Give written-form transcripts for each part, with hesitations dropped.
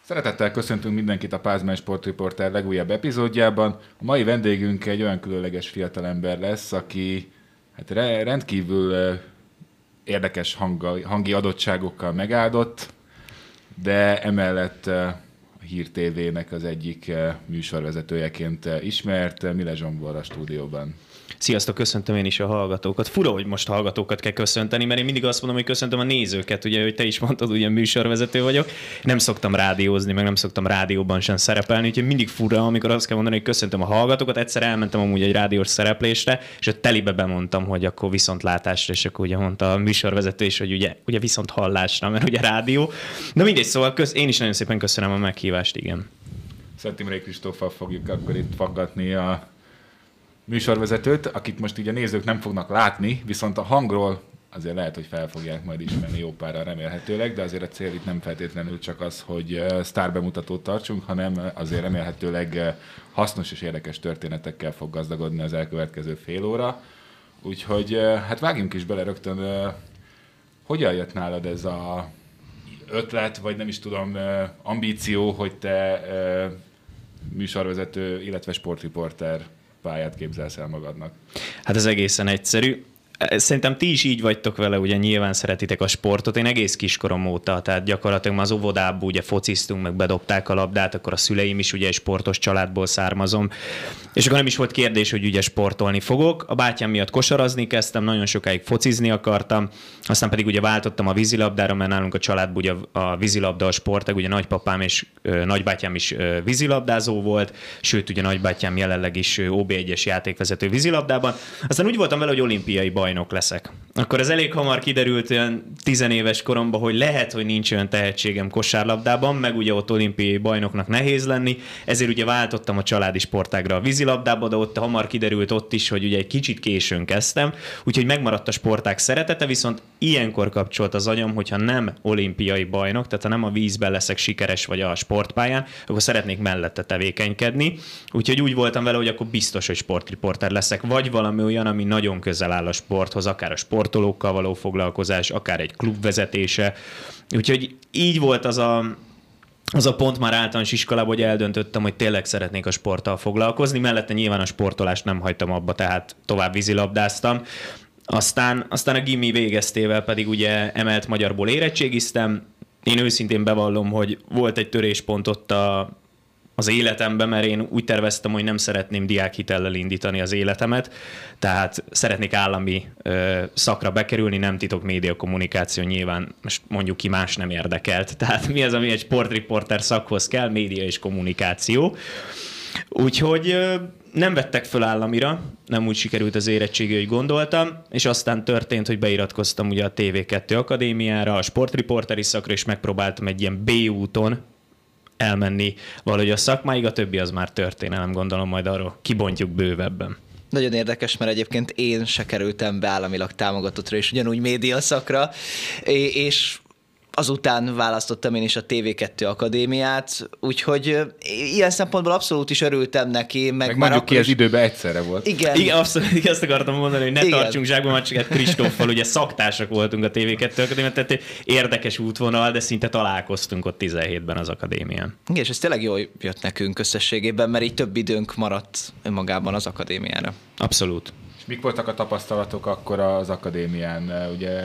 Szeretettel köszöntünk mindenkit a Pázmány Sportriporter legújabb epizódjában. A mai vendégünk egy olyan különleges fiatalember lesz, aki rendkívül érdekes hangi adottságokkal megáldott, de emellett a Hír TV-nek az egyik műsorvezetőjeként ismert, Mile Zsombor a stúdióban. Sziasztok, köszöntöm én is a hallgatókat. Fura, hogy most hallgatókat kell köszönteni, mert én mindig azt mondom, hogy köszöntöm a nézőket, ugye, hogy te is mondtad, ugye műsorvezető vagyok. Nem szoktam rádiózni, meg nem szoktam rádióban sem szerepelni, úgyhogy mindig fura, amikor azt kell mondani, hogy köszöntöm a hallgatókat. Egyszer elmentem amúgy egy rádiós szereplésre, és ott telibe bemondtam, hogy akkor viszontlátásra, és akkor ugye mondta a műsorvezető is, hogy ugye viszont hallásra, mert ugye rádió. Na mindegy, szóval én is nagyon szépen köszönöm a meghívást, igen. Szent Imrei Kristóffal fogjuk akkor itt faggatni a műsorvezetőt, akit most így a nézők nem fognak látni, viszont a hangról azért lehet, hogy fel fogják majd ismerni jó párral remélhetőleg, de azért a cél itt nem feltétlenül csak az, hogy sztárbemutatót tartsunk, hanem azért remélhetőleg hasznos és érdekes történetekkel fog gazdagodni az elkövetkező fél óra. Úgyhogy hát vágjunk is bele rögtön. Hogyan jött nálad ez a ötlet, vagy nem is tudom, ambíció, hogy te műsorvezető, illetve sportriporter pályát képzelsz el magadnak? Hát ez egészen egyszerű. Szerintem ti is így vagytok vele, ugye nyilván szeretitek a sportot. Én egész kiskorom óta, tehát gyakorlatilag már az óvodában ugye fociztunk, meg bedobták a labdát, akkor a szüleim is ugye egy sportos családból származom. És akkor nem is volt kérdés, hogy ugye sportolni fogok. A bátyám miatt kosarazni kezdtem, nagyon sokáig focizni akartam, aztán pedig ugye váltottam a vízilabdára, mert nálunk a családban ugye a vízilabda a sportág, ugye nagypapám és nagybátyám is vízilabdázó volt, sőt ugye nagybátyám jelenleg is OB1-es játékvezető vízilabdában. Aztán úgy voltam vele, hogy olimpiai bajnok leszek. Akkor ez elég hamar kiderült olyan 10 éves koromban, hogy lehet, hogy nincs olyan tehetségem kosárlabdában, meg ugye ott olimpiai bajnoknak nehéz lenni, ezért ugye váltottam a családi sportágra a vízilabdába, de ott hamar kiderült ott is, hogy ugye egy kicsit későn kezdtem, úgyhogy megmaradt a sportág szeretete, viszont ilyenkor kapcsolt az agyam, hogyha nem olimpiai bajnok, tehát ha nem a vízben leszek sikeres vagy a sportpályán, akkor szeretnék mellette tevékenykedni. Úgyhogy úgy voltam vele, hogy akkor biztos, hogy sportriporter leszek, vagy valami olyan, ami nagyon közel áll a sporthoz, akár a sportolókkal való foglalkozás, akár egy klub vezetése. Úgyhogy így volt az a pont már általános iskolában, hogy eldöntöttem, hogy tényleg szeretnék a sporttal foglalkozni. Mellette nyilván a sportolást nem hagytam abba, tehát tovább vízilabdáztam. Aztán a gimi végeztével pedig ugye emelt magyarból érettségiztem. Én őszintén bevallom, hogy volt egy töréspont ott az életemben, mert én úgy terveztem, hogy nem szeretném diákhitellel indítani az életemet, tehát szeretnék állami szakra bekerülni, nem titok, média kommunikáció, nyilván most mondjuk ki más nem érdekelt. Tehát mi az, ami egy sportriporter szakhoz kell? Média és kommunikáció. Úgyhogy nem vettek föl államira, nem úgy sikerült az érettségi, hogy gondoltam, és aztán történt, hogy beiratkoztam ugye a TV2 akadémiára, a sportriporteri szakra, és megpróbáltam egy ilyen B úton elmenni valahogy a szakmáig, a többi az már történelem, gondolom, majd arról kibontjuk bővebben. Nagyon érdekes, mert egyébként én se kerültem be államilag támogatottra, és ugyanúgy média szakra, és azután választottam én is a TV2 akadémiát, úgyhogy ilyen szempontból abszolút is örültem neki. Meg mondjuk ki, az időben egyszerre volt. Igen, abszolút, azt akartam mondani, hogy ne tartsunk zsákba macskát Kristóffal, ugye szaktársak voltunk a TV2 akadémián, tehát érdekes útvonal, de szinte találkoztunk ott 17-ben az akadémián. Igen, és ez tényleg jól jött nekünk összességében, mert így több időnk maradt önmagában az akadémiára. Abszolút. És mik voltak a tapasztalatok akkor az akadémián? Ugye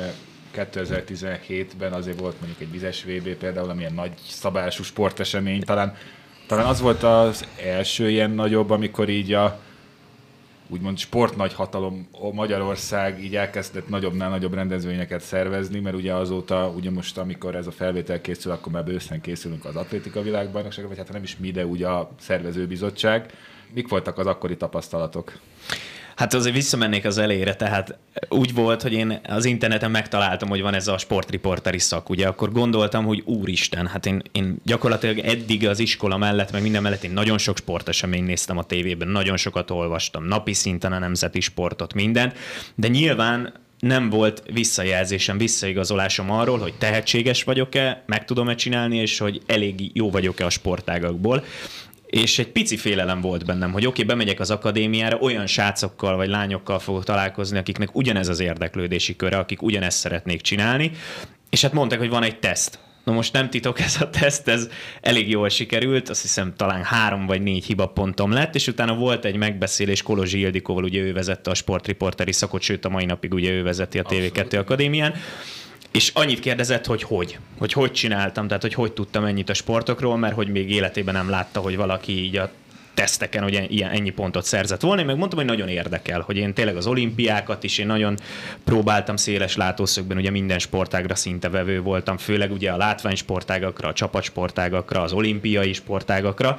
2017-ben azért volt mondjuk egy vizes VB például, amilyen nagy szabású sportesemény. Talán az volt az első ilyen nagyobb, amikor így a úgymond sportnagyhatalom Magyarország így elkezdett nagyobbnál nagyobb rendezvényeket szervezni, mert ugye azóta, ugye most amikor ez a felvétel készül, akkor már bőszen készülünk az atlétika világbajnokságra, vagy hát nem is mi, de ugye a szervezőbizottság. Mik voltak az akkori tapasztalatok? Hát azért visszamennék az elejére, tehát úgy volt, hogy én az interneten megtaláltam, hogy van ez a sportriporteri szak, ugye, akkor gondoltam, hogy úristen, hát én gyakorlatilag eddig az iskola mellett, meg minden mellett én nagyon sok sporteseményt néztem a tévében, nagyon sokat olvastam, napi szinten a nemzeti sportot, mindent, de nyilván nem volt visszajelzésem, visszaigazolásom arról, hogy tehetséges vagyok-e, meg tudom-e csinálni, és hogy elég jó vagyok-e a sportágakból. És egy pici félelem volt bennem, hogy oké, bemegyek az akadémiára, olyan srácokkal vagy lányokkal fogok találkozni, akiknek ugyanez az érdeklődési köre, akik ugyanezt szeretnék csinálni, és hát mondták, hogy van egy teszt. Na most nem titok ez a teszt, ez elég jól sikerült, azt hiszem talán 3 vagy 4 hibapontom lett, és utána volt egy megbeszélés Kolozsi Ildikóval, ugye ő vezette a sportriporteri szakot, sőt a mai napig ugye ő vezeti a TV2 Akadémián, és annyit kérdezett, hogy csináltam, tehát hogy tudtam ennyit a sportokról, mert hogy még életében nem látta, hogy valaki így a teszteken, hogy ennyi pontot szerzett volna. Én meg mondtam, hogy nagyon érdekel, hogy én tényleg az olimpiákat is, én nagyon próbáltam széles látószögben, ugye minden sportágra szinte vevő voltam, főleg ugye a látványsportágakra, a csapatsportágakra, az olimpiai sportágakra,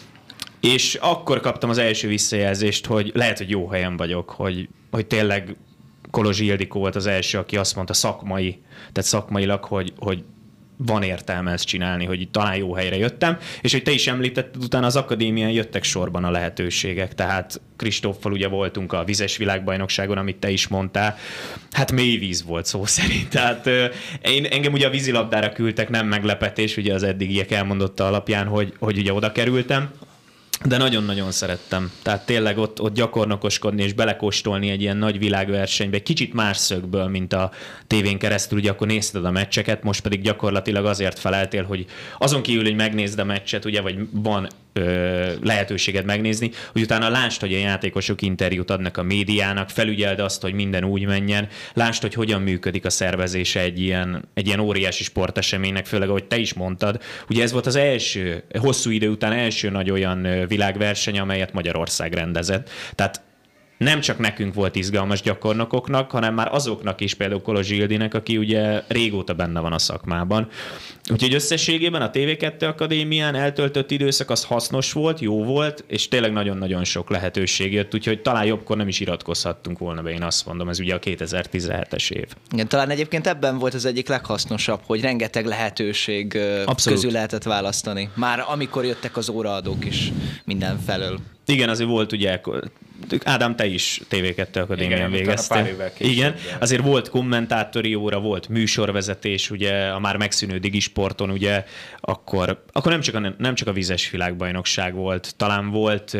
és akkor kaptam az első visszajelzést, hogy lehet, hogy jó helyen vagyok, hogy tényleg Kolozsi Ildikó volt az első, aki azt mondta tehát szakmailag, hogy van értelme ezt csinálni, hogy talán jó helyre jöttem, és hogy te is említetted, utána az akadémián jöttek sorban a lehetőségek, tehát Kristóffal ugye voltunk a vizes világbajnokságon, amit te is mondtál, hát mély víz volt szó szerint, tehát engem ugye a vízilabdára küldtek, nem meglepetés, ugye az eddigiek elmondotta alapján, hogy ugye oda kerültem, de nagyon-nagyon szerettem. Tehát tényleg ott gyakornokoskodni és belekóstolni egy ilyen nagy világversenybe, egy kicsit más szögből, mint a tévén keresztül, ugye akkor nézted a meccseket, most pedig gyakorlatilag azért feleltél, hogy azon kívül, hogy megnézd a meccset, ugye, vagy van lehetőséged megnézni, hogy utána lásd, hogy a játékosok interjút adnak a médiának, felügyeld azt, hogy minden úgy menjen, lásd, hogy hogyan működik a szervezése egy ilyen óriási sporteseménynek, főleg, ahogy te is mondtad. Ugye ez volt az első, hosszú idő után első nagy olyan világverseny, amelyet Magyarország rendezett. Tehát nem csak nekünk volt izgalmas gyakornokoknak, hanem már azoknak is, például Kolozsi Ildinek, aki ugye régóta benne van a szakmában. Úgyhogy összességében a TV2 Akadémián eltöltött időszak az hasznos volt, jó volt, és tényleg nagyon-nagyon sok lehetőség jött, úgyhogy talán jobbkor nem is iratkozhattunk volna be, én azt mondom, ez ugye a 2017-es év. Igen, talán egyébként ebben volt az egyik leghasznosabb, hogy rengeteg lehetőség közül lehetett választani. Már amikor jöttek az óraadók is mindenfelől. Igen, azért volt ugye, Ádám, te is TV2 Akadémián végeztél. Igen, azért volt kommentátori óra, volt műsorvezetés, ugye a már megszűnő Digisporton, ugye akkor nem csak a vizes világbajnokság volt, talán volt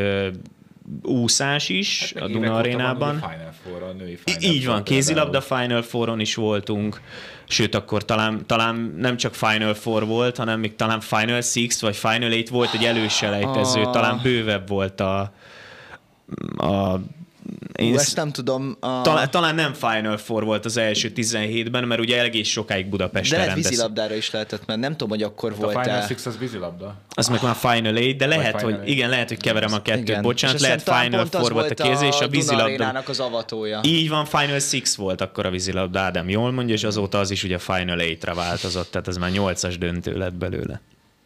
úszás is a Duna Arénában. Final Four, a női Final Így van, kézilabda Final Fouron is voltunk, sőt akkor talán nem csak Final Four volt, hanem még talán Final Six vagy Final Eight volt egy előselejtező, talán bővebb volt ezt nem tudom. Talán nem Final Four volt az első 17-ben, mert ugye egész sokáig Budapesten rendezték. De vízilabdára is lehetett, mert nem tudom, hogy akkor volt. A Final Six az vízilabda? Az meg már Final Eight, de lehet, hogy keverem a kettőt, igen. Bocsánat, lehet Final Four volt a kéz, és a vízilabda. Az avatója. Így van, Final Six volt akkor a vízilabda, Ádám jól mondja, és azóta az is ugye Final Eight-re változott, tehát ez már 8-as döntő lett belőle.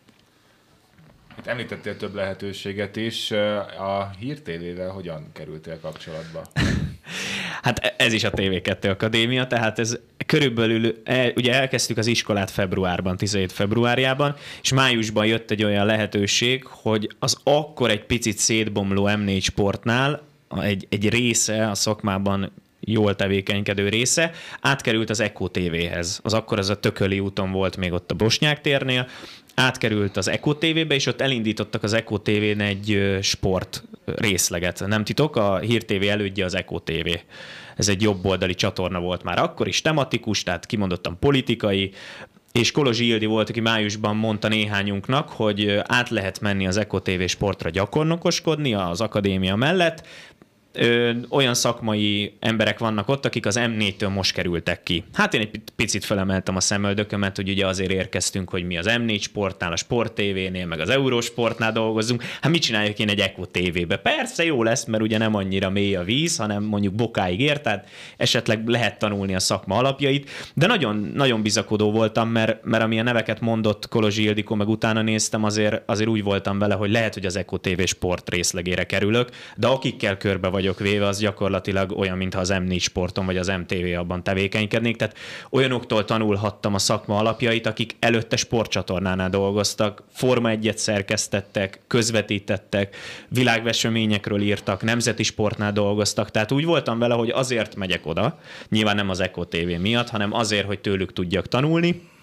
Itt említettél több lehetőséget is. A Hír TV-vel hogyan kerültél kapcsolatba? Hát ez is a TV2 Akadémia, tehát ez körülbelül, ugye elkezdtük az iskolát februárban, 17 februárjában, és májusban jött egy olyan lehetőség, hogy az akkor egy picit szétbomló M4 Sportnál egy része a szakmában jól tevékenykedő része, átkerült az Echo TV-hez. Akkor az a Tököli úton volt még ott a Bosnyák térnél, átkerült az Echo TV-be, és ott elindítottak az Echo TV-n egy sport részleget. Nem titok, a Hír TV elődje az Echo TV. Ez egy jobboldali csatorna volt már akkor is, tematikus, tehát kimondottan politikai, és Kolozsi Ildi volt, aki májusban mondta néhányunknak, hogy át lehet menni az Echo TV sportra gyakornokoskodni az akadémia mellett. Olyan szakmai emberek vannak ott, akik az M4-től most kerültek ki. Hát én egy picit felemeltem a szemöldökömet, hogy ugye azért érkeztünk, hogy mi az M4 Sportnál, a Sport TV-nél, meg az Eurosportnál dolgozzunk. Hát mit csináljuk én egy Echo TV-be? Persze jó lesz, mert ugye nem annyira mély a víz, hanem mondjuk bokáig ér, tehát esetleg lehet tanulni a szakma alapjait, de nagyon, nagyon bizakodó voltam, mert ami a neveket mondott Kolozsi Ildikó, meg utána néztem, azért úgy voltam vele, hogy lehet, hogy az Echo TV sport részlegére kerülök, de akikkel körbe vagyok véve, az gyakorlatilag olyan, mintha az M4 Sporton vagy az MTV abban tevékenykednék. Tehát olyanoktól tanulhattam a szakma alapjait, akik előtte sportcsatornánál dolgoztak, Forma 1-et szerkesztettek, közvetítettek, világveseményekről írtak, nemzeti sportnál dolgoztak. Tehát úgy voltam vele, hogy azért megyek oda, nyilván nem az Echo TV miatt, hanem azért, hogy tőlük tudjak tanulni,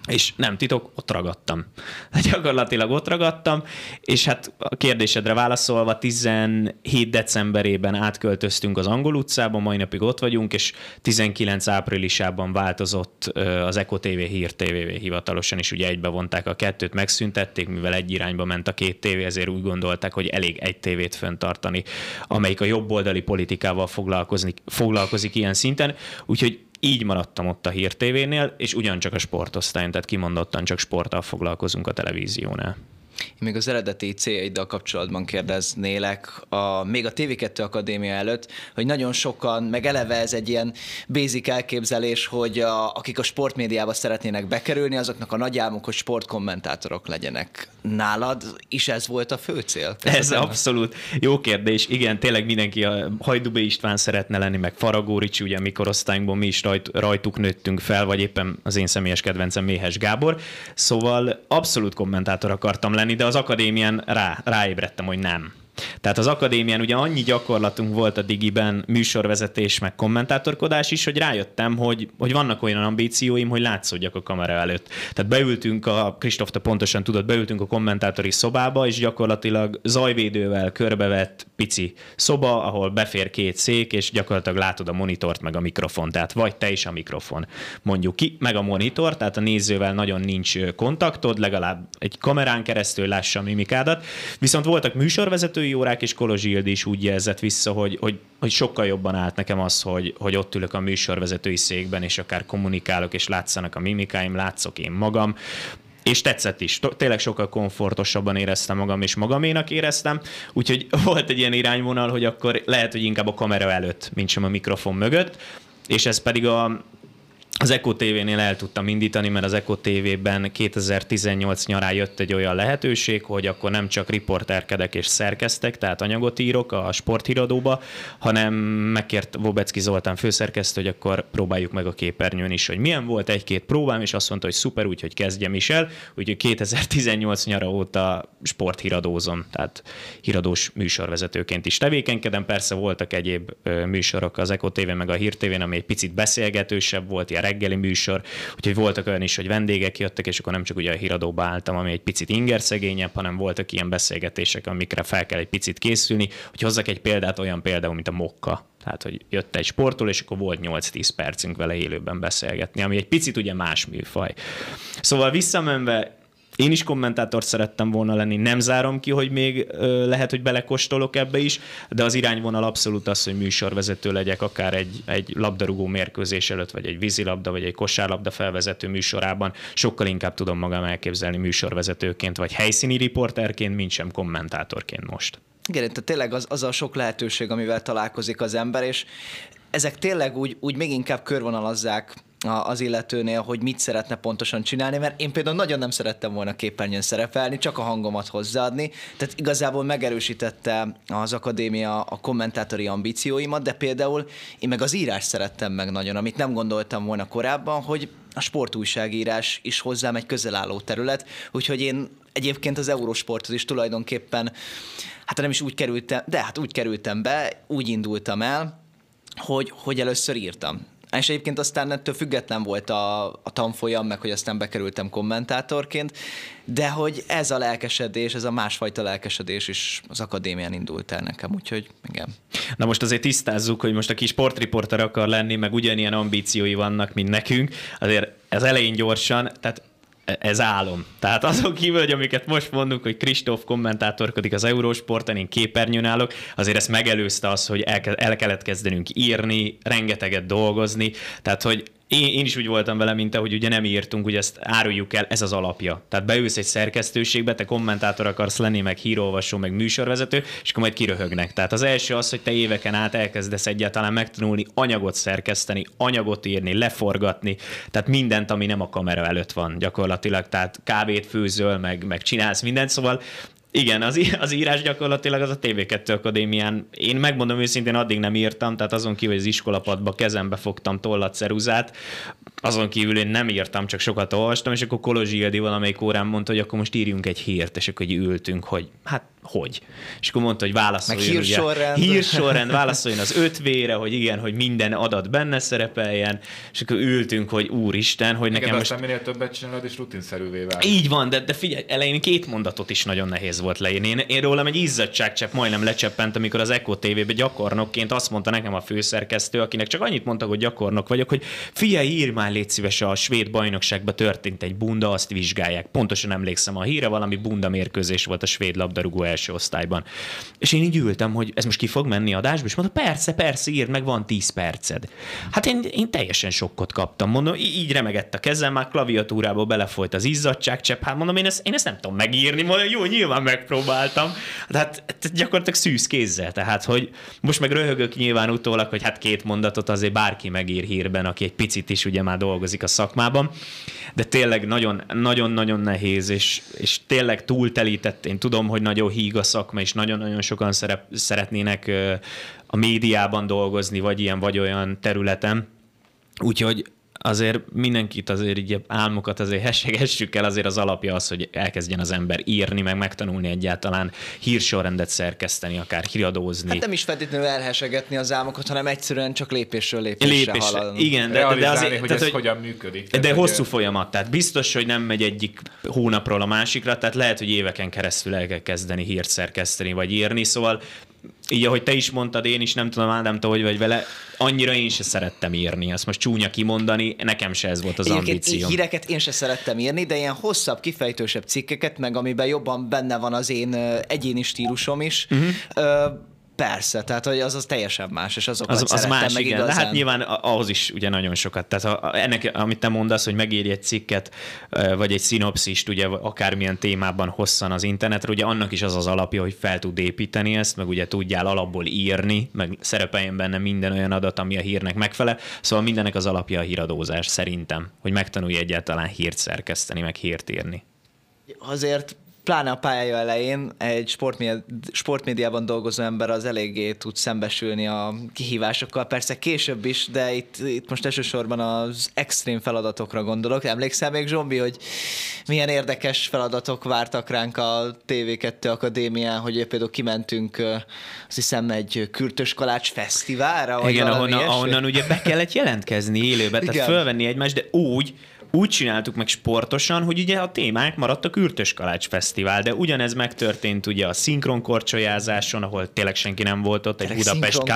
És nem titok, ott ragadtam. Gyakorlatilag ott ragadtam, és hát a kérdésedre válaszolva 17 decemberében átköltöztünk az Angol utcába, mai napig ott vagyunk, és 19 áprilisában változott az Echo TV Hír TV-vé hivatalosan, és ugye egybevonták a kettőt, megszüntették, mivel egy irányba ment a két tévé, ezért úgy gondolták, hogy elég egy tévét fenntartani, amelyik a jobboldali politikával foglalkozik ilyen szinten, úgyhogy így maradtam ott a Hír TV-nél, és ugyancsak a sportosztályon, tehát kimondottan csak sporttal foglalkozunk a televíziónál. Én még az eredeti céljaiddal kapcsolatban kérdeznélek, még a TV2 Akadémia előtt, hogy nagyon sokan, meg eleve ez egy ilyen basic elképzelés, hogy akik a sportmédiába szeretnének bekerülni, azoknak a nagy álmuk, hogy sportkommentátorok legyenek. Nálad is ez volt a fő cél? Ez abszolút jó kérdés. Igen, tényleg mindenki a Hajdú István szeretne lenni, meg Faragó Ricsi, ugye mi korosztályunkban mi is rajtuk nőttünk fel, vagy éppen az én személyes kedvencem Méhes Gábor. Szóval abszolút kommentátor akartam lenni, de az akadémián ráébredtem, hogy nem. Tehát az akadémián ugye annyi gyakorlatunk volt a digiben, műsorvezetés, meg kommentátorkodás is, hogy rájöttem, hogy vannak olyan ambícióim, hogy látszódjak a kamera előtt. Tehát beültünk, Kristóf, te pontosan tudod, beültünk a kommentátori szobába, és gyakorlatilag zajvédővel körbevett pici szoba, ahol befér két szék, és gyakorlatilag látod a monitort, meg a mikrofon. Tehát vagy te is a mikrofon, mondjuk ki, meg a monitor, tehát a nézővel nagyon nincs kontaktod, legalább egy kamerán keresztül lássa a mimikádat. Viszont voltak műsorvezetői órák, és Kolozsi Ildi is úgy jelzett vissza, hogy sokkal jobban állt nekem az, hogy ott ülök a műsorvezetői székben, és akár kommunikálok, és látszanak a mimikáim, látszok én magam, és tetszett is. Tényleg sokkal komfortosabban éreztem magam, és magaménak éreztem, úgyhogy volt egy ilyen irányvonal, hogy akkor lehet, hogy inkább a kamera előtt, mint sem a mikrofon mögött, és ez pedig az Echo TV-nél el tudtam indítani, mert az Echo TV-ben 2018 nyarán jött egy olyan lehetőség, hogy akkor nem csak riporterkedek és szerkeztek, tehát anyagot írok a sporthíradóba, hanem megkért Vobecki Zoltán főszerkesztő, hogy akkor próbáljuk meg a képernyőn is, hogy milyen volt, egy-két próbám, és azt mondta, hogy szuper, úgyhogy kezdjem is el. Úgyhogy 2018 nyara óta sporthíradózom, tehát híradós műsorvezetőként is tevékenykedem. Persze voltak egyéb műsorok az Echo TV meg a Hír TV-n, ami egy picit beszélgetősebb volt, ilyen reggeli műsor, úgyhogy voltak olyan is, hogy vendégek jöttek, és akkor nem csak ugye a híradóba álltam, ami egy picit ingerszegényebb, hanem voltak ilyen beszélgetések, amikre fel kell egy picit készülni. Hogy hozzak egy példát, olyan például, mint a Mokka. Tehát, hogy jött egy sportoló, és akkor volt 8-10 percünk vele élőben beszélgetni, ami egy picit ugye más műfaj. Szóval visszamenve, én is kommentátort szerettem volna lenni, nem zárom ki, hogy még lehet, hogy belekóstolok ebbe is, de az irányvonal abszolút az, hogy műsorvezető legyek, akár egy labdarúgó mérkőzés előtt, vagy egy vízilabda, vagy egy kosárlabda felvezető műsorában. Sokkal inkább tudom magam elképzelni műsorvezetőként, vagy helyszíni riporterként, mint sem kommentátorként most. Igen, tehát tényleg az a sok lehetőség, amivel találkozik az ember, és ezek tényleg úgy még inkább körvonalazzák az illetőnél, hogy mit szeretne pontosan csinálni, mert én például nagyon nem szerettem volna képernyőn szerepelni, csak a hangomat hozzáadni, tehát igazából megerősítette az akadémia a kommentátori ambícióimat, de például én meg az írás szerettem meg nagyon, amit nem gondoltam volna korábban, hogy a sportújságírás is hozzám egy közel álló terület, úgyhogy én egyébként az Eurosporthoz is tulajdonképpen, hát nem is úgy kerültem, de hát úgy kerültem be, úgy indultam el, hogy először írtam. És egyébként aztán ettől független volt a tanfolyam, meg hogy aztán bekerültem kommentátorként, de hogy ez a lelkesedés, ez a másfajta lelkesedés is az akadémián indult el nekem, úgyhogy igen. Na most azért tisztázzuk, hogy most aki sportriporter akar lenni, meg ugyanilyen ambíciói vannak, mint nekünk, azért ez elején gyorsan, tehát ez álom. Tehát azon kívül, hogy amiket most mondunk, hogy Kristóf kommentátorkodik az Eurosporton, én képernyőn állok, azért ezt megelőzte az, hogy el kellett kezdenünk írni, rengeteget dolgozni, tehát hogy én is úgy voltam vele, mint te, hogy ugye nem írtunk, ugye ezt áruljuk el, ez az alapja. Tehát beülsz egy szerkesztőségbe, te kommentátor akarsz lenni, meg hírolvasó, meg műsorvezető, és akkor majd kiröhögnek. Tehát az első az, hogy te éveken át elkezdesz egyáltalán megtanulni anyagot szerkeszteni, anyagot írni, leforgatni, tehát mindent, ami nem a kamera előtt van gyakorlatilag, tehát kávét főzöl, meg csinálsz mindent, szóval igen, az írás gyakorlatilag az a TV2 Akadémián. Én megmondom őszintén, addig nem írtam, tehát azon kívül, hogy az iskolapadba kezembe fogtam tollat, ceruzát. azon kívül én nem írtam, csak sokat olvastam, és akkor Kolozsi Ildi valamelyik órán mondta, hogy akkor most írjunk egy hírt, és akkor ültünk, hogy hát hogy? És akkor mondta, hogy válaszoljon. Meg hírsorrend. Hírsorrend, válaszoljon az 5V-re, hogy igen, hogy minden adat benne szerepeljen, és akkor ültünk, hogy úristen, hogy nekem most... minél többet csinálod, és rutinszerűvé válik. Így van, de figyelj, elején 2 mondatot is nagyon nehéz volt leírni. Én rólam egy izzadságcsepp majdnem lecseppent, amikor az Echo TV-be gyakornokként azt mondta nekem a főszerkesztő, akinek csak annyit mondta, hogy gyakornok vagyok, hogy figyelj, írj már, légy szíves, a svéd bajnokságban történt egy bunda, azt vizsgálják. Pontosan emlékszem a híre, valami bunda mérkőzés volt a svéd labdarúgó első osztályban. És én így ültem, hogy ez most ki fog menni adásba, és mondta, persze, írd meg, van 10 perced. Hát én teljesen sokkot kaptam, mondom, így remegett a kezem, már klaviatúrába belefolyt az izzadságcsepp, hát mondom, én ezt nem tudom megírni, mondom, jó, nyilván megpróbáltam. Hát gyakorlatilag szűz kézzel, tehát, hogy most meg röhögök nyilván utólag, hogy hát 2 mondatot azért bárki megír hírben, aki egy picit is ugye már dolgozik a szakmában, de tényleg nagyon-nagyon nehéz, és tényleg túltelített. Én tudom, hogy nagyon híg a szakma, és nagyon-nagyon sokan szeretnének a médiában dolgozni, vagy ilyen, vagy olyan területen. Úgyhogy azért mindenkit azért így álmokat azért hessegessük el, azért az alapja az, hogy elkezdjen az ember írni, meg megtanulni egyáltalán hírsorrendet szerkeszteni, akár híradózni. Hát nem is feltétlenül elhessegetni az álmokat, hanem egyszerűen csak lépésről lépésre haladni. Igen, de azért, hogy ez hogyan működik. De tehát, hosszú folyamat, tehát biztos, hogy nem megy egyik hónapról a másikra, tehát lehet, hogy éveken keresztül el kell kezdeni hírt szerkeszteni, vagy írni, szóval így, ahogy te is mondtad, én is nem tudom, Ádám, te hogy vagy vele, annyira én se szerettem írni. Azt most csúnya kimondani, nekem se ez volt az ambícióm. Híreket én se szerettem írni, de ilyen hosszabb, kifejtősebb cikkeket, meg amiben jobban benne van az én egyéni stílusom is, persze, tehát hogy az teljesen más, és azokat szerettem más, meg igen. igazán. De hát nyilván ahhoz is ugye nagyon sokat. Tehát ennek, amit te mondasz, hogy megírj egy cikket, vagy egy szinopszist, ugye akármilyen témában hosszan az internetre, ugye annak is az az alapja, hogy fel tud építeni ezt, meg ugye tudjál alapból írni, meg szerepeljen benne minden olyan adat, ami a hírnek megfelel. Szóval mindennek az alapja a híradózás, szerintem, hogy megtanulj egyáltalán hírt szerkeszteni, meg hírt írni. Azért pláne a pályaja elején egy sportmédiában dolgozó ember az eléggé tud szembesülni a kihívásokkal, persze később is, de itt most elsősorban az extrém feladatokra gondolok. Emlékszel még, Zsombi, hogy milyen érdekes feladatok vártak ránk a TV2 Akadémián, hogy például kimentünk, azt hiszem, egy Kürtös-Kalács fesztiválra? Igen, ahonnan ugye be kellett jelentkezni élőbe, tehát fölvenni egymást, de úgy csináltuk meg sportosan, hogy ugye a témák maradt a Kürtös-Kalács Fesztivál, de ugyanez megtörtént ugye a szinkronkorcsolyázáson, ahol tényleg senki nem volt ott, egy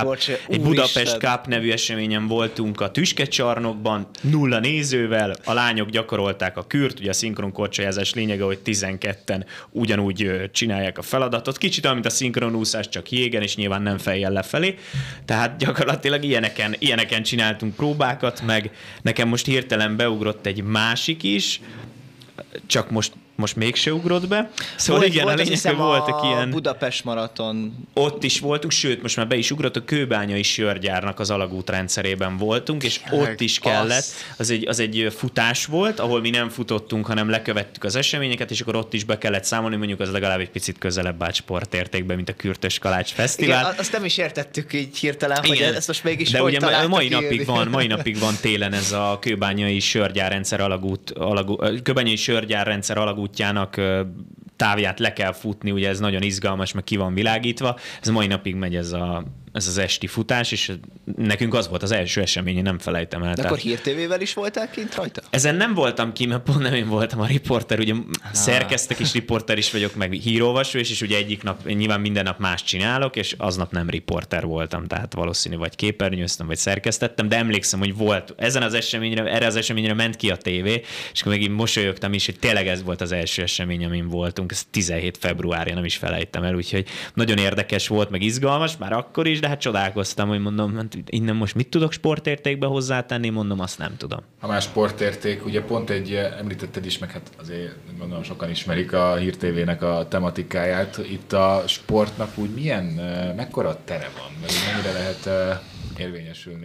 Budapest Cup nevű eseményen voltunk a Tüskecsarnokban, 0 nézővel, a lányok gyakorolták a kürt, ugye a szinkronkorcsolyázás lényege, hogy 12-en ugyanúgy csinálják a feladatot, kicsit olyan, mint a szinkronúszás, csak jégen, és nyilván nem fejjel lefelé, tehát gyakorlatilag ilyeneken csináltunk próbákat, meg nekem most hirtelen beugrott egy másik is, csak most mégse ugrott be. Szóval igen, a lényeg, hogy voltak ilyen... Budapest maraton. Ott is voltunk, sőt, most már be is ugrott, a Kőbányai Sörgyárnak az alagút rendszerében voltunk, és ott is kellett. Az egy futás volt, ahol mi nem futottunk, hanem lekövettük az eseményeket, és akkor ott is be kellett számolni, mondjuk az legalább egy picit közelebb állt sportértékben, mint a Kürtös-Kalács Fesztivál. Igen, azt nem is értettük így hirtelen, igen, hogy ezt most mégis de hogy ugye mai napig van télen ez a Kőbányai Sörgyárrendszer Kőbányai Sörgyárrendszer alagútjának távját le kell futni, ugye ez nagyon izgalmas, meg ki van világítva. Ez mai napig megy ez az esti futás, és nekünk az volt az első esemény, én nem felejtem el. De akkor Hír TV-vel is voltál kint rajta? Ezen nem voltam ki, mert pont nem én voltam a riporter, ugye szerkesztek is, riporter is vagyok, meg hírolvasó, és ugye egyik nap, nyilván minden nap más csinálok, és aznap nem riporter voltam, tehát valószínű vagy képernyőztem, vagy szerkesztettem, de emlékszem, hogy volt erre az eseményre ment ki a tévé, és akkor megint mosolyogtam is, hogy tényleg ez volt az első esemény, amin voltunk, ez 17 februárja, nem is felejtem el, úgyhogy nagyon érdekes volt, meg izgalmas, már akkor is, de hát csodálkoztam, hogy mondom, hát innen most mit tudok sportértékbe hozzátenni, mondom, azt nem tudom. Ha már sportérték, ugye pont említetted is, meg hát azért gondolom sokan ismerik a Hír TV-nek a tematikáját. Itt a sportnak úgy mekkora tere van, vagy mennyire lehet érvényesülni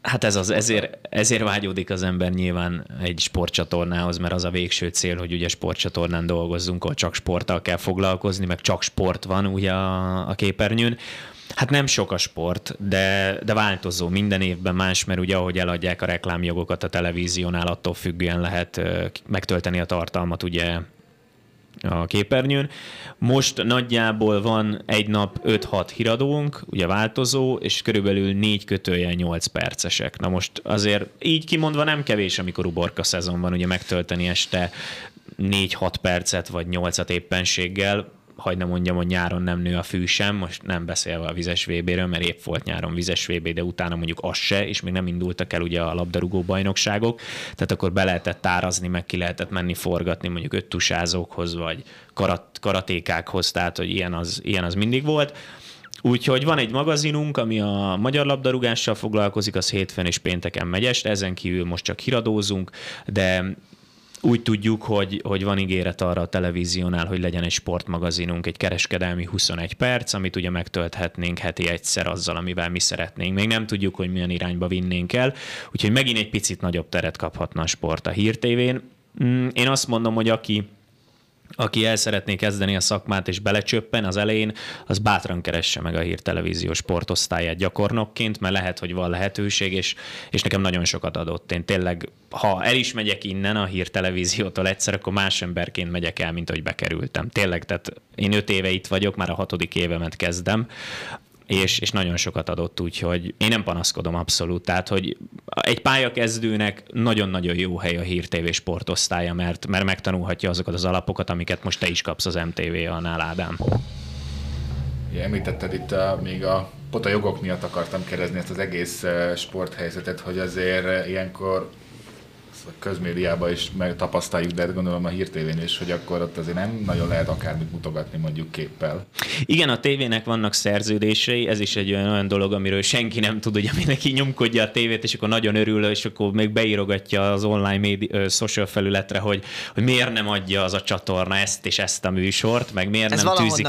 Hát ezért vágyódik az ember nyilván egy sportcsatornához, mert az a végső cél, hogy ugye sportcsatornán dolgozzunk, ahol csak sporttal kell foglalkozni, meg csak sport van ugye a képernyőn. Hát nem sok a sport, de változó, minden évben más, mert ugye ahogy eladják a reklámjogokat a televíziónál, attól függően lehet megtölteni a tartalmat ugye a képernyőn. Most nagyjából van egy nap 5-6 híradónk, ugye változó, és körülbelül 4-8 percesek. Na most azért így kimondva nem kevés, amikor uborka szezon van, ugye megtölteni este 4-6 percet, vagy 8-at éppenséggel. Hadd ne mondjam, hogy nyáron nem nő a fű sem, most nem beszélve a vizes VB-ről, mert épp volt nyáron vizes VB, de utána mondjuk az se, és még nem indultak el ugye a labdarúgó bajnokságok, tehát akkor be lehetett tárazni, meg ki lehetett menni forgatni mondjuk öttusázókhoz, vagy karatékákhoz, tehát hogy ilyen az mindig volt. Úgyhogy van egy magazinunk, ami a magyar labdarúgással foglalkozik, az hétfőn és pénteken megy este, ezen kívül most csak híradózunk, de úgy tudjuk, hogy van ígéret arra a televíziónál, hogy legyen egy sportmagazinunk, egy kereskedelmi 21 perc, amit ugye megtölthetnénk heti egyszer azzal, amivel mi szeretnénk. Még nem tudjuk, hogy milyen irányba vinnénk el, úgyhogy megint egy picit nagyobb teret kaphatna a sport a Hír TV-n. Én azt mondom, hogy aki el szeretné kezdeni a szakmát és belecsöppen az elején, az bátran keresse meg a Hír Televízió sportosztályát gyakornokként, mert lehet, hogy van lehetőség, és nekem nagyon sokat adott. Én tényleg, ha el is megyek innen a Hír Televíziótól egyszer, akkor más emberként megyek el, mint ahogy bekerültem. Tényleg, tehát én 5 éve itt vagyok, már a 6. évemet kezdem, és nagyon sokat adott, úgyhogy én nem panaszkodom abszolút. Tehát, hogy egy pályakezdőnek nagyon-nagyon jó hely a Hír TV sportosztálya, mert megtanulhatja azokat az alapokat, amiket most te is kapsz az MTV-nál, Ádám. Ja, említetted itt még pont a jogok miatt akartam kérdezni ezt az egész sporthelyzetet, hogy azért ilyenkor közmédiában is megtapasztaljuk, de gondolom a Hír TV-n is, hogy akkor ott azért nem nagyon lehet akármit mutogatni mondjuk képpel. Igen, a tévének vannak szerződései, ez is egy olyan dolog, amiről senki nem tud, hogy mindenki nyomkodja a tévét, és akkor nagyon örül, és akkor még beírogatja az online social felületre, hogy miért nem adja az a csatorna ezt és ezt a műsort, meg miért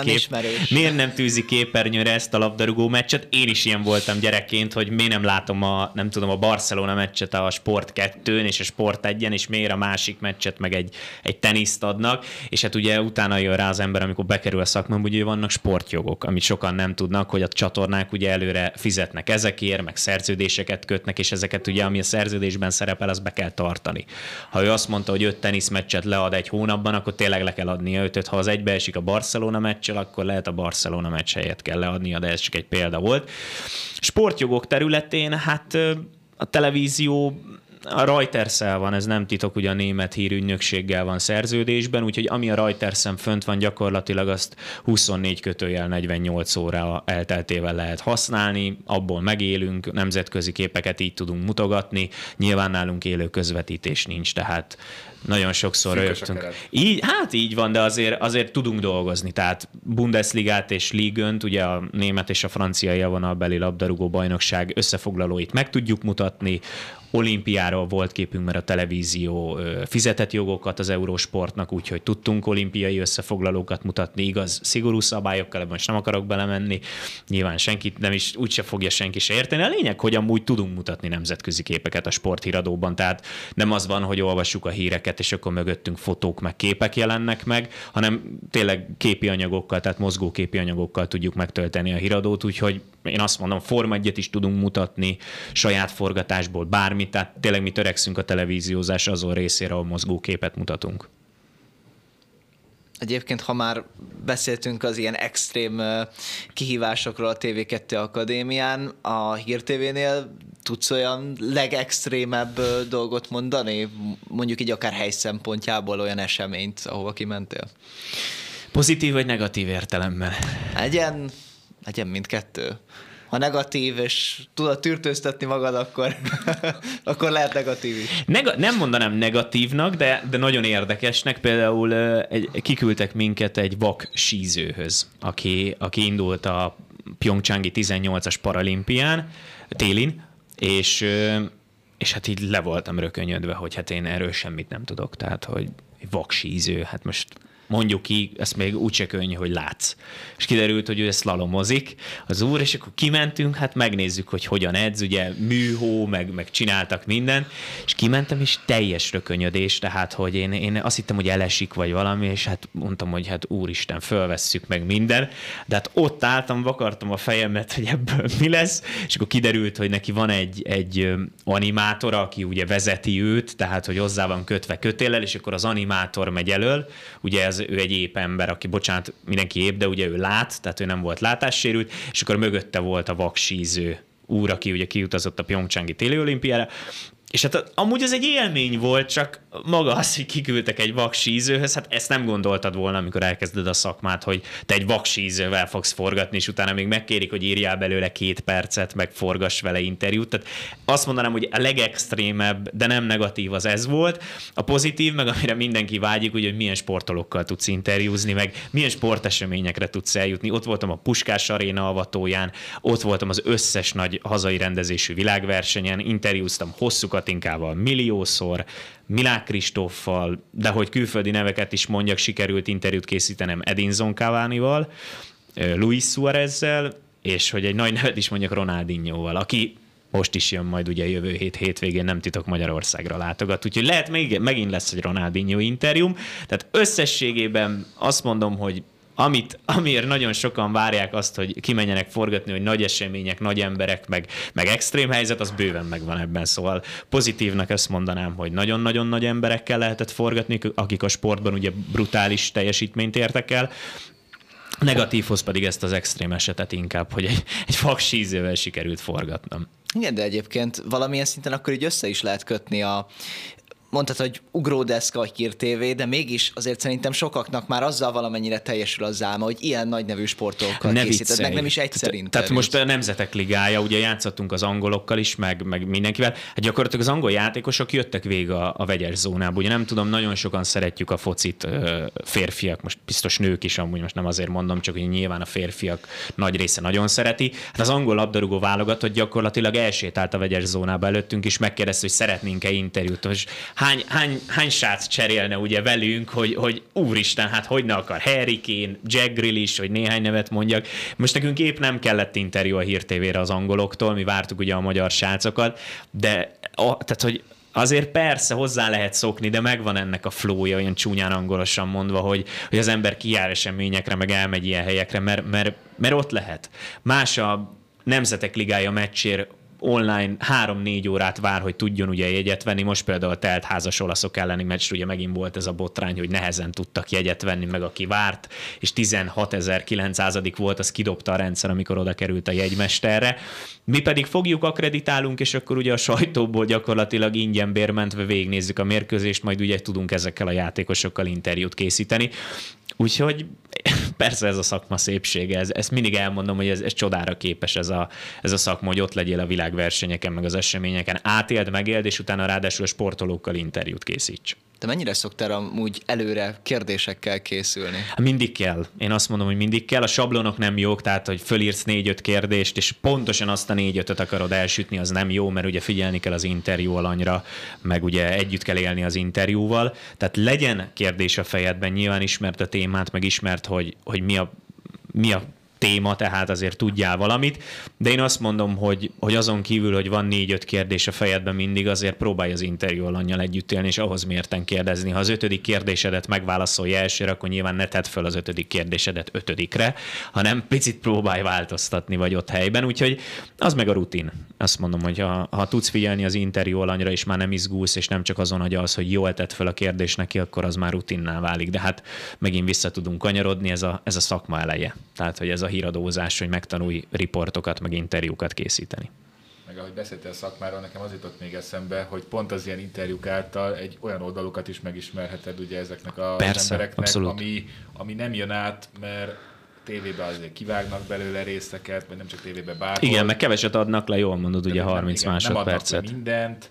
nem tűzi képernyőre ezt a labdarúgó meccset. Én is ilyen voltam gyerekként, hogy miért nem látom a Barcelona meccset a Sport 2-n és a Sport 1-en, és miért a másik meccset meg egy teniszt adnak, és hát ugye utána jön rá az ember, amikor bekerül a szakmába, ugye vannak sportjogok, amit sokan nem tudnak, hogy a csatornák ugye előre fizetnek ezekért, meg szerződéseket kötnek, és ezeket ugye, ami a szerződésben szerepel, azt be kell tartani. Ha ő azt mondta, hogy 5 teniszmeccset lead egy hónapban, akkor tényleg le kell adnia 5-öt. Ha az egybeesik a Barcelona meccsel, akkor lehet a Barcelona meccs helyett kell leadnia, de ez csak egy példa volt. Sportjogok területén, hát a televízió a Reuters-szel van, ez nem titok, ugye a német hírügynökséggel van szerződésben, úgyhogy ami a Reuters-en fönt van, gyakorlatilag azt 24/48 óra elteltével lehet használni, abból megélünk, nemzetközi képeket így tudunk mutogatni, nyilván nálunk élő közvetítés nincs, tehát nagyon sokszor rögtünk. Így van, de azért tudunk dolgozni. Tehát Bundesligát és Ligönt, ugye a német és a francia javonalbeli labdarúgó bajnokság összefoglalóit meg tudjuk mutatni. Olimpiáról volt képünk, mert a televízió fizetett jogokat az Eurosportnak, úgyhogy tudtunk olimpiai összefoglalókat mutatni, igaz, szigorú szabályokkal, ebben most nem akarok belemenni, nyilván senkit nem is, úgyse fogja senki se érteni. A lényeg, hogy amúgy tudunk mutatni nemzetközi képeket a sporthíradóban, tehát nem az van, hogy olvassuk a híreket, és akkor mögöttünk fotók meg képek jelennek meg, hanem tényleg képi anyagokkal, tehát mozgó képi anyagokkal tudjuk megtölteni a híradót, úgyhogy én azt mondom, Forma 1-et is tudunk mutatni, saját forgatásból bármit, tehát tényleg mi törekszünk a televíziózás azon részére, ahol mozgóképet mutatunk. Egyébként, ha már beszéltünk az ilyen extrém kihívásokról a TV2 Akadémián, a Hír TV-nél tudsz olyan legextrémebb dolgot mondani? Mondjuk így akár hely szempontjából olyan eseményt, ahova kimentél? Pozitív vagy negatív értelemben? Legyen mindkettő. Ha negatív, és tudod tűrtőztetni magad, akkor lehet negatív is. Nem mondanám negatívnak, de nagyon érdekesnek. Például kiküldtek minket egy vak sízőhöz, aki indult a Pyeongchangi 18-as paralimpián télin, és hát így le voltam rökönyödve, hogy hát én erről semmit nem tudok. Tehát, hogy vak síző, hát most mondjuk ki, ezt még úgyse könnyű, hogy látsz. És kiderült, hogy ő szlalomozik, az úr, és akkor kimentünk, hát megnézzük, hogy hogyan edz, ugye műhó, meg csináltak mindent, és kimentem, és teljes rökönyödés, tehát, hogy én azt hittem, hogy elesik, vagy valami, és hát mondtam, hogy hát úristen, fölvesszük meg minden, de hát ott álltam, vakartam a fejemet, hogy ebből mi lesz, és akkor kiderült, hogy neki van egy animátor, aki ugye vezeti őt, tehát, hogy hozzá van kötve kötéllel, és akkor az animátor megy elől, ugye ő egy ép ember, aki, bocsánat, mindenki ép, de ugye ő lát, tehát ő nem volt látássérült, és akkor mögötte volt a vaksíző úr, aki ugye kiutazott a Pyeongchangi téli olimpiára, és hát amúgy ez egy élmény volt, csak maga az, hogy kiküldtek egy vaksízőhöz, hát ezt nem gondoltad volna, amikor elkezded a szakmát, hogy te egy vaksízővel fogsz forgatni, és utána még megkérik, hogy írjál belőle 2 percet, meg forgass vele interjút. Tehát azt mondanám, hogy a legextrémebb, de nem negatív az ez volt. A pozitív, meg amire mindenki vágyik, ugye, hogy milyen sportolókkal tudsz interjúzni, meg milyen sporteseményekre tudsz eljutni. Ott voltam a Puskás Aréna avatóján, ott voltam az összes nagy hazai rendezésű világversenyen, interjúztam Hosszú Katinkával milliószor, Milák Kristóffal, de hogy külföldi neveket is mondjak, sikerült interjút készítenem Edinson Cavanival, Luis Suárezzel, és hogy egy nagy nevet is mondjak Ronaldinhoval, aki most is jön majd ugye jövő hétvégén, nem titok, Magyarországra látogat, úgyhogy lehet megint lesz egy Ronaldinho interjúm, tehát összességében azt mondom, hogy amiért nagyon sokan várják azt, hogy kimenjenek forgatni, hogy nagy események, nagy emberek, meg extrém helyzet, az bőven megvan ebben. Szóval pozitívnak ezt mondanám, hogy nagyon-nagyon nagy emberekkel lehetett forgatni, akik a sportban ugye brutális teljesítményt értek el. Negatívhoz pedig ezt az extrém esetet inkább, hogy egy vaksízővel sikerült forgatnom. Igen, de egyébként valamilyen szinten akkor így össze is lehet kötni mondtad, hogy ugródeszka vagy Hír TV, de mégis azért szerintem sokaknak már azzal valamennyire teljesül az álma, hogy ilyen nagy nevű sportolókkal készíted, meg nem is egyszer interjút. Tehát most a Nemzetek Ligája, ugye játszottunk az angolokkal is, meg mindenkivel, hát gyakorlatilag az angol játékosok jöttek végig a vegyes zónába. Ugye nem tudom, nagyon sokan szeretjük a focit, férfiak, most biztos nők is, amúgy most nem azért mondom, csak hogy nyilván a férfiak nagy része nagyon szereti. Hát az angol labdarúgó válogatott gyakorlatilag elsétált a vegyes zónába előttünk, és megkérdezte, hogy szeretnénk-e interjút. Hány srác cserélne ugye velünk, hogy úristen, hát hogy ne akar Harry Kane, Jack Grealish, hogy néhány nevet mondjak. Most nekünk épp nem kellett interjú a Hír TV-re az angoloktól, mi vártuk ugye a magyar srácokat, de tehát, hogy azért persze hozzá lehet szokni, de megvan ennek a flowja, olyan csúnyán angolosan mondva, hogy az ember kijár eseményekre, meg elmegy ilyen helyekre, mert ott lehet. Más a Nemzetek Ligája meccsér online 3-4 órát vár, hogy tudjon ugye jegyet venni. Most például a teltházas olaszok elleni meccs, ugye megint volt ez a botrány, hogy nehezen tudtak jegyet venni, meg aki várt, és 16.900 volt, az kidobta a rendszer, amikor oda került a jegymesterre. Mi pedig fogjuk, akkreditálunk, és akkor ugye a sajtóból gyakorlatilag ingyen bérmentve végignézzük a mérkőzést, majd ugye tudunk ezekkel a játékosokkal interjút készíteni. Úgyhogy persze ez a szakma szépsége, ezt mindig elmondom, hogy ez csodára képes ez a szakma, hogy ott legyél a világversenyeken, meg az eseményeken, átéld, megéld, és utána ráadásul a sportolókkal interjút készíts. Te mennyire szoktál amúgy előre kérdésekkel készülni? Mindig kell. Én azt mondom, hogy mindig kell. A sablonok nem jók, tehát hogy fölírsz 4-5 kérdést, és pontosan azt a 4-5-öt akarod elsütni, az nem jó, mert ugye figyelni kell az interjú alanyra, meg ugye együtt kell élni az interjúval. Tehát legyen kérdés a fejedben, nyilván ismert a témát, meg ismert, hogy mi a téma, tehát azért tudjál valamit, de én azt mondom, hogy azon kívül, hogy van 4-5 kérdés a fejedben mindig, azért próbálj az interjú alannyal együtt élni, és ahhoz mérten kérdezni. Ha az 5. kérdésedet megválaszolja elsőre, akkor nyilván ne tedd föl az 5. kérdésedet 5-re, hanem picit próbálj változtatni vagy ott helyben, úgyhogy az meg a rutin. Azt mondom, hogy ha tudsz figyelni az interjú alanyra, és már nem izgulsz, és nem csak azon, hogy jól tedd föl a kérdést neki, akkor az már rutinná válik, de hát megint vissza tudunk kanyarodni, ez a szakma eleje. Tehát, hogy ez a híradózás, hogy megtanulj riportokat, meg interjúkat készíteni. Meg ahogy beszéltél a szakmáról, nekem az jutott még eszembe, hogy pont az ilyen interjúk által egy olyan oldalukat is megismerheted ugye ezeknek az embereknek, ami nem jön át, mert tévében azért kivágnak belőle részeket, vagy nem csak tévében bárhol. Igen, meg keveset adnak le, jól mondod, ugye 30 másodpercet. Nem adnak le mindent,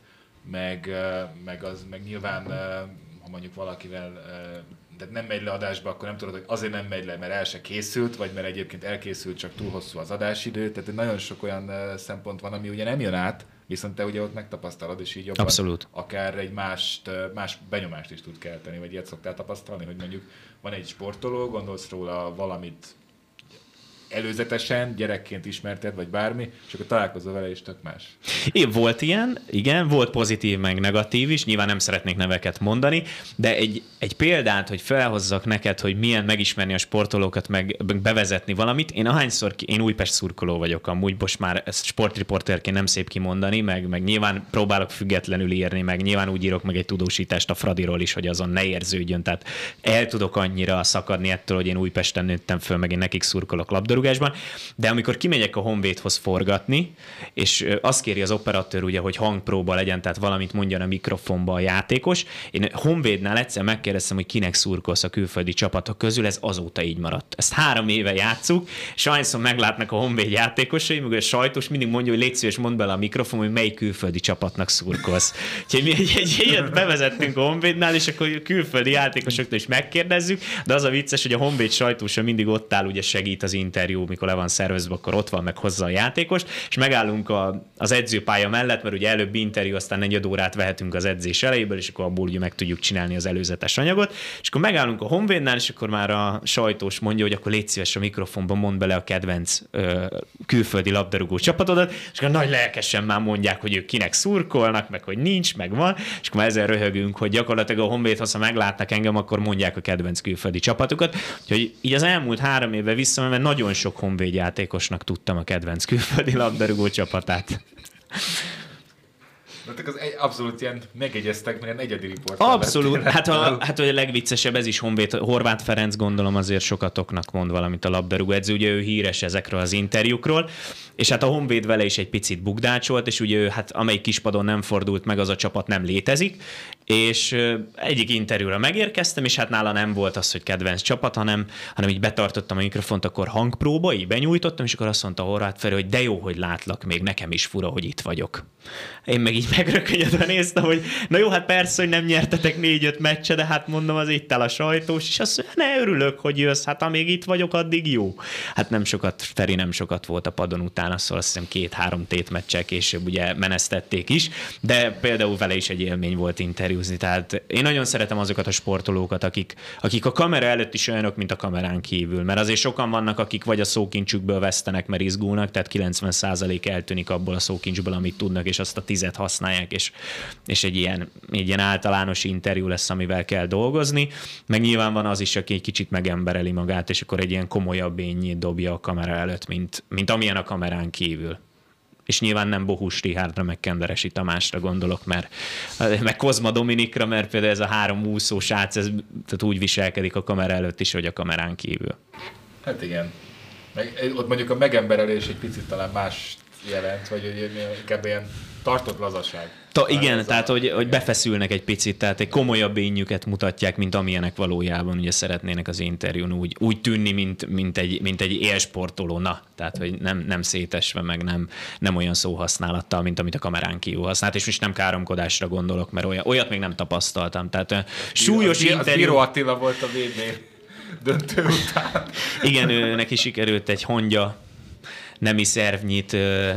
meg nyilván, ha mondjuk valakivel tehát nem megy le adásba, akkor nem tudod, hogy azért nem megy le, mert el se készült, vagy mert egyébként elkészült, csak túl hosszú az adásidő. Tehát nagyon sok olyan szempont van, ami ugye nem jön át, viszont te ugye ott megtapasztalod, és így jobban Abszolút. akár egy más benyomást is tud kelteni, vagy ilyet szoktál tapasztalni, hogy mondjuk van egy sportoló, gondolsz róla valamit előzetesen, gyerekként ismerted, vagy bármi, és akkor találkozol vele, és tök más. Volt ilyen, igen, volt pozitív, meg negatív is, nyilván nem szeretnék neveket mondani, de egy példát, hogy felhozzak neked, hogy milyen megismerni a sportolókat, meg bevezetni valamit. Én Újpest szurkoló vagyok, amúgy most már ezt sportriporterként nem szép kimondani, meg nyilván próbálok függetlenül írni, meg nyilván úgy írok meg egy tudósítást a Fradiról is, hogy azon ne érződjön, tehát el tudok annyira szakadni ettől, hogy én Újpesten nőttem föl, meg én nekik szurkolok labdarúgásban, de amikor kimegyek a Honvédhoz forgatni, és azt kéri az operatőr ugye, hogy hangpróba legyen, tehát valamit mondjon a mikrofonba a játékos. Én Honvédnál egyszer megkérdeztem, hogy kinek szurkolsz a külföldi csapatok közül, ez azóta így maradt. Ezt 3 éve játsszuk, és annyiszor meglátnak a Honvéd játékosai, meg a sajtós mindig mondja, hogy légy szíves, mondd bele a mikrofon, hogy melyik külföldi csapatnak szurkolsz. Úgyhogy mi egy ilyet bevezettünk a Honvédnál, és akkor a külföldi játékosoktól is megkérdezzük, de az a vicces, hogy a Honvéd sajtósa mindig ott áll, ugye segít az interjú, mikor le van szervezve, akkor ott van, meg hozza a játékost, és megállunk az edzőpálya mellett, mert ugye előbb interjú, aztán 4 órát vehetünk az edzés elejéből, és akkor abból ugye meg tudjuk csinálni az előzetes anyagot, és akkor megállunk a Honvédnál, és akkor már a sajtós mondja, hogy akkor légy szíves a mikrofonban, mondd bele a kedvenc külföldi labdarúgó csapatodat, és akkor nagy lelkesen már mondják, hogy ők kinek szurkolnak, meg hogy nincs, meg van, és akkor már ezzel röhögünk, hogy gyakorlatilag a Honvédhoz, ha meglátnak engem, akkor mondják a kedvenc külföldi csapatukat. Úgyhogy így az elmúlt 3 évben visszamenve nagyon sok Honvéd játékosnak tudtam a kedvenc külföldi labdarúgó csapatát. Az abszolút ilyen megegyeztek, mert ilyen egyedi riport. Abszolút. Hát a legviccesebb ez is Horváth Ferenc, gondolom azért sokatoknak mond valamit a labdarúgó edző, ugye ő híres ezekről az interjúkról, és hát a Honvéd vele is egy picit bukdácsolt, és ugye ő, hát amelyik kispadon nem fordult meg, az a csapat nem létezik, és egyik interjúra megérkeztem, és hát nála nem volt az, hogy kedvenc csapat, hanem így betartottam a mikrofont, akkor hangpróba, így benyújtottam, és akkor azt mondta Horváth Feri, hogy de jó, hogy látlak, még nekem is fura, hogy itt vagyok. Én meg így megrökönyödve néztem, hogy na jó, hát persze, hogy nem nyertetek 4-5 meccse, de hát mondom, az itt áll a sajtós, és azt mondja, ne, örülök, hogy jössz, hát amíg itt vagyok, addig jó. Hát Feri nem sokat volt a padon utána, szóval azt hiszem 2-3 tétmeccsel később ugye menesztették is, de például vele is egy élmény volt interjúzni, tehát én nagyon szeretem azokat a sportolókat, akik a kamera előtt is olyanok, mint a kamerán kívül, mert azért sokan vannak, akik vagy a szókincsükből vesztenek, mert izgulnak, tehát 90% eltűnik abból a szókincsből, amit tudnak, és azt a 10-et használják, és egy ilyen általános interjú lesz, amivel kell dolgozni, meg nyilván van az is, aki egy kicsit megembereli magát, és akkor egy ilyen komolyabb énnyit dobja a kamera előtt, mint amilyen a kamerán kívül. És nyilván nem Bohus Rihárdra, meg Kenderesi Tamásra gondolok, meg Kozma Dominikra, mert például ez a 3 úszó srác, tehát úgy viselkedik a kamera előtt is, hogy a kamerán kívül. Hát igen. Ott mondjuk a megemberelés egy picit talán más jelent, vagy hogy inkább ilyen tartott lazaság. Igen, tehát hogy befeszülnek egy picit, tehát egy komolyabb énjüket mutatják, mint amilyenek valójában ugye szeretnének az interjún úgy tűnni, mint egy élsportoló, tehát hogy nem szétesve, meg nem olyan szóhasználattal, mint amit a kamerán kívül használt, és most nem káromkodásra gondolok, mert olyat még nem tapasztaltam. Tehát súlyos interjú... Az Bíró Attila volt a VB döntő után. Igen, neki sikerült egy hangya nemi szervnyit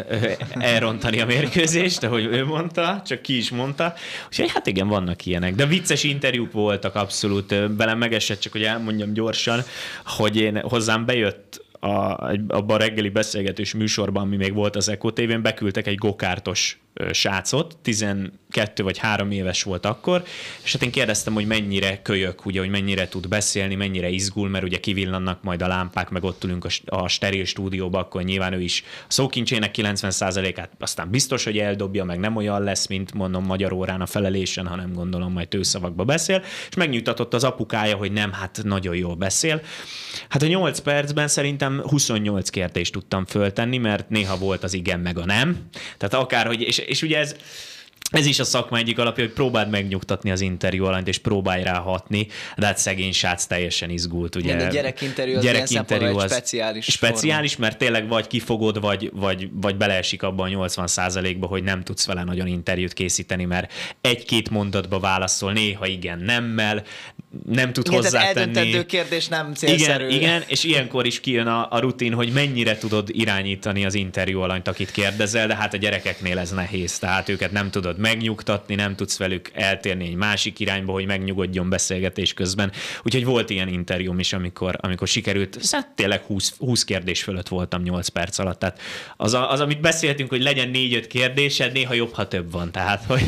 elrontani a mérkőzést, ahogy ő mondta, csak ki is mondta. Úgyhogy hát igen, vannak ilyenek. De vicces interjúk voltak abszolút. Velem megesett, csak hogy elmondjam gyorsan, hogy hozzám bejött abban a reggeli beszélgetős műsorban, ami még volt az Echo TV-n, beküldtek egy gokártos srácot, 12 vagy 3 éves volt akkor, és hát én kérdeztem, hogy mennyire kölyök, ugye, hogy mennyire tud beszélni, mennyire izgul, mert ugye kivillannak majd a lámpák, meg ott ülünk a steril stúdióba, akkor nyilván ő is a szókincsének 90%-át aztán biztos, hogy eldobja, meg nem olyan lesz, mint mondom magyar órán a felelésen, hanem gondolom majd tőszavakba beszél, és megnyugtatott az apukája, hogy nem, hát nagyon jól beszél. Hát a 8 percben szerintem 28 kérdést tudtam föltenni, mert néha volt az igen, meg a nem. Tehát akárhogy, és ugye ez is a szakma egyik alapja, hogy próbáld megnyugtatni az interjú alanyt, és próbálj rá hatni, de hát szegény srác teljesen izgult. Ugye. Igen, de gyerekinterjú az ilyen szempontból egy speciális mert tényleg vagy kifogod, vagy beleesik abban a 80%-ba, hogy nem tudsz vele nagyon interjút készíteni, mert 1-2 mondatba válaszol, néha igen, nemmel, nem tud Igen, hozzátenni. tehát eldöntendő kérdés nem célszerű. Igen, és ilyenkor is kijön a rutin, hogy mennyire tudod irányítani az interjú alanyt, akit kérdezel, de hát a gyerekeknél ez nehéz, tehát őket nem tudod megnyugtatni, nem tudsz velük eltérni egy másik irányba, hogy megnyugodjon beszélgetés közben. Úgyhogy volt ilyen interjúm is, amikor sikerült, hát tényleg 20 kérdés fölött voltam 8 perc alatt. Tehát az, amit beszéltünk, hogy legyen 4-5 kérdésed, néha jobb, ha több van. Tehát, hogy...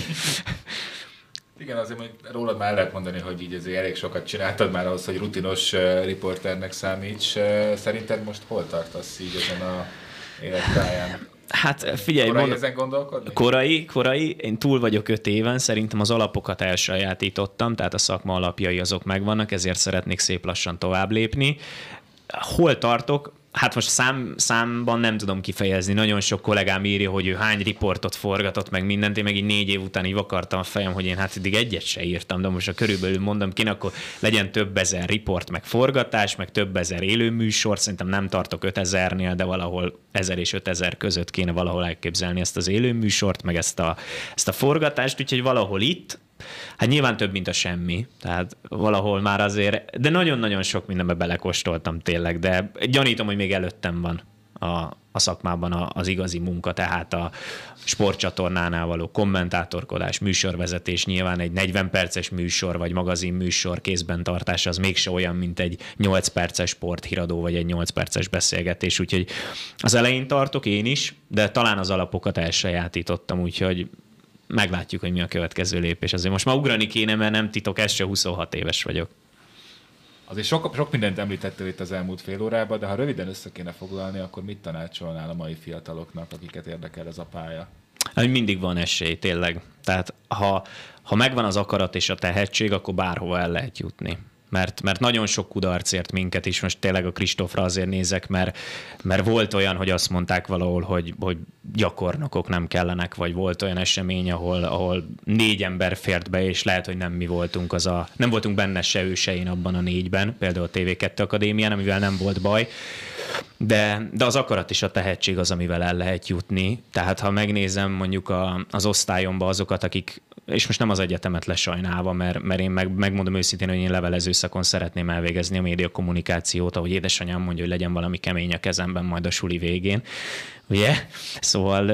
Igen, azért hogy rólad már lehet mondani, hogy így azért elég sokat csináltad már ahhoz, hogy rutinos riporternek számíts. Szerinted most hol tartasz így ezen a életpályán? Hát figyelj, korai ezen gondolkodni? Korai. Én túl vagyok 5 éven, szerintem az alapokat elsajátítottam, tehát a szakma alapjai azok megvannak, ezért szeretnék szép lassan tovább lépni. Hol tartok? Hát most számban nem tudom kifejezni. Nagyon sok kollégám írja, hogy ő hány riportot forgatott, meg mindent. Én meg így 4 év után így vakartam a fejem, hogy én hát eddig egyet se írtam, de most körülbelül mondom ki, akkor legyen több ezer riport, meg forgatás, meg több ezer élőműsor. Szerintem nem tartok 5000-nél, de valahol 1000 és 5000 között kéne valahol elképzelni ezt az élőműsort, meg ezt a forgatást, úgyhogy valahol itt. Hát nyilván több, mint a semmi, tehát valahol már azért, de nagyon-nagyon sok mindenbe belekóstoltam tényleg, de gyanítom, hogy még előttem van a szakmában az igazi munka, tehát a sportcsatornánál való kommentátorkodás, műsorvezetés, nyilván egy 40 perces műsor, vagy magazinműsor kézben tartás, az mégse olyan, mint egy 8 perces sporthíradó, vagy egy 8 perces beszélgetés, úgyhogy az elején tartok én is, de talán az alapokat elsajátítottam, úgyhogy meglátjuk, hogy mi a következő lépés. Azért most már ugrani kéne, mert nem titok, ez se 26 éves vagyok. Azért sok mindent említettél itt az elmúlt fél órában, de ha röviden össze kéne foglalni, akkor mit tanácsolnál a mai fiataloknak, akiket érdekel ez a pálya? Hogy mindig van esély, tényleg. Tehát ha megvan az akarat és a tehetség, akkor bárhova el lehet jutni. Mert nagyon sok kudarc ért minket is, most tényleg a Kristófra azért nézek, mert volt olyan, hogy azt mondták valahol, hogy gyakornokok nem kellenek, vagy volt olyan esemény, ahol 4 ember fért be, és lehet, hogy nem mi voltunk nem voltunk benne se ő, se én abban a 4-ben, például a TV2 Akadémián, amivel nem volt baj, de az akarat és a tehetség az, amivel el lehet jutni. Tehát ha megnézem mondjuk az osztályomba azokat, akik, és most nem az egyetemet lesajnálva, mert én megmondom őszintén, hogy én levelező szakon szeretném elvégezni a médiakommunikációt, ahogy édesanyám mondja, hogy legyen valami kemény a kezemben majd a suli végén. Ugye? Szóval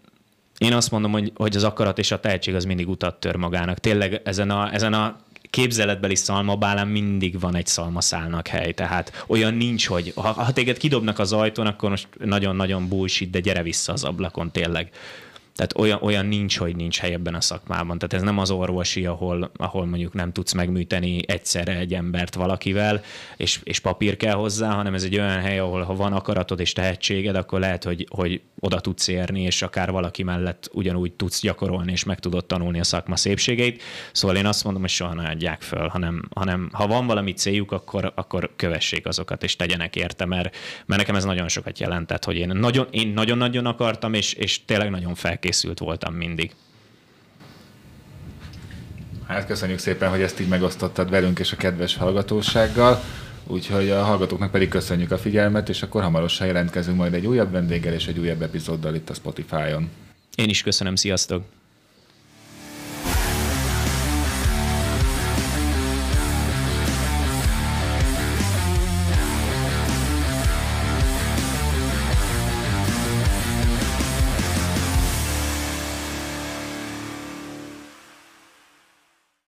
én azt mondom, hogy az akarat és a tehetség az mindig utat tör magának. Tényleg ezen a képzeletbeli szalmabálán mindig van egy szalmaszálnak hely, tehát olyan nincs, hogy ha téged kidobnak az ajtón, akkor most nagyon-nagyon bullshit, de gyere vissza az ablakon, tényleg. Tehát olyan nincs, hogy nincs hely ebben a szakmában. Tehát ez nem az orvosi, ahol mondjuk nem tudsz megműteni egyszerre egy embert valakivel, és papír kell hozzá, hanem ez egy olyan hely, ahol ha van akaratod és tehetséged, akkor lehet, hogy oda tudsz érni, és akár valaki mellett ugyanúgy tudsz gyakorolni, és meg tudod tanulni a szakma szépségeit. Szóval én azt mondom, hogy soha ne adják föl, hanem ha van valami céljuk, akkor kövessék azokat, és tegyenek érte, mert nekem ez nagyon sokat jelentett, hogy én nagyon-nagyon akartam, és tényleg nagyon felkészült voltam mindig. Hát köszönjük szépen, hogy ezt így megosztottad velünk és a kedves hallgatósággal. Úgyhogy a hallgatóknak pedig köszönjük a figyelmet, és akkor hamarosan jelentkezünk majd egy újabb vendéggel és egy újabb epizóddal itt a Spotify-on. Én is köszönöm, sziasztok!